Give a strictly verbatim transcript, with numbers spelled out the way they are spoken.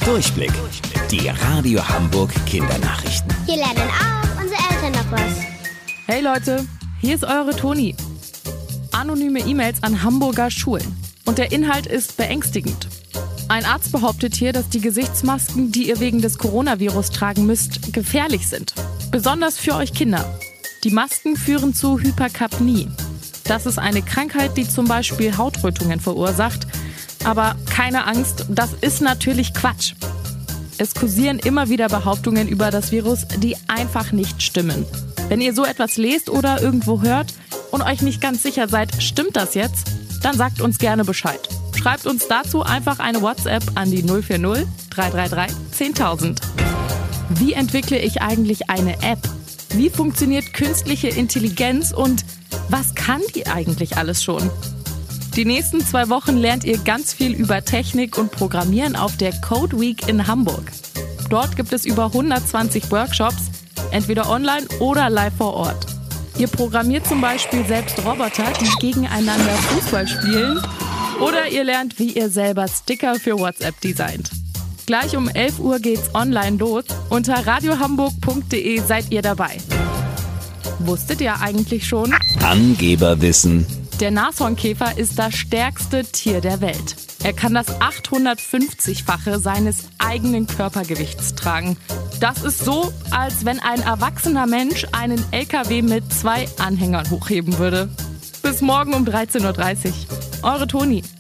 Durchblick. Die Radio Hamburg Kindernachrichten. Hier lernen auch unsere Eltern noch was. Hey Leute, hier ist eure Toni. Anonyme E-Mails an Hamburger Schulen. Und der Inhalt ist beängstigend. Ein Arzt behauptet hier, dass die Gesichtsmasken, die ihr wegen des Coronavirus tragen müsst, gefährlich sind. Besonders für euch Kinder. Die Masken führen zu Hyperkapnie. Das ist eine Krankheit, die zum Beispiel Hautrötungen verursacht. Aber keine Angst, das ist natürlich Quatsch. Es kursieren immer wieder Behauptungen über das Virus, die einfach nicht stimmen. Wenn ihr so etwas lest oder irgendwo hört und euch nicht ganz sicher seid, stimmt das jetzt? Dann sagt uns gerne Bescheid. Schreibt uns dazu einfach eine WhatsApp an die null vier null drei drei drei zehntausend. Wie entwickle ich eigentlich eine App? Wie funktioniert künstliche Intelligenz und was kann die eigentlich alles schon? Die nächsten zwei Wochen lernt ihr ganz viel über Technik und Programmieren auf der Code Week in Hamburg. Dort gibt es über hundertzwanzig Workshops, entweder online oder live vor Ort. Ihr programmiert zum Beispiel selbst Roboter, die gegeneinander Fußball spielen, oder ihr lernt, wie ihr selber Sticker für WhatsApp designt. Gleich um elf Uhr geht's online los. Unter radiohamburg punkt de seid ihr dabei. Wusstet ihr eigentlich schon? Angeberwissen. Der Nashornkäfer ist das stärkste Tier der Welt. Er kann das achthundertfünfzigfache seines eigenen Körpergewichts tragen. Das ist so, als wenn ein erwachsener Mensch einen L K W mit zwei Anhängern hochheben würde. Bis morgen um dreizehn Uhr dreißig. Eure Toni.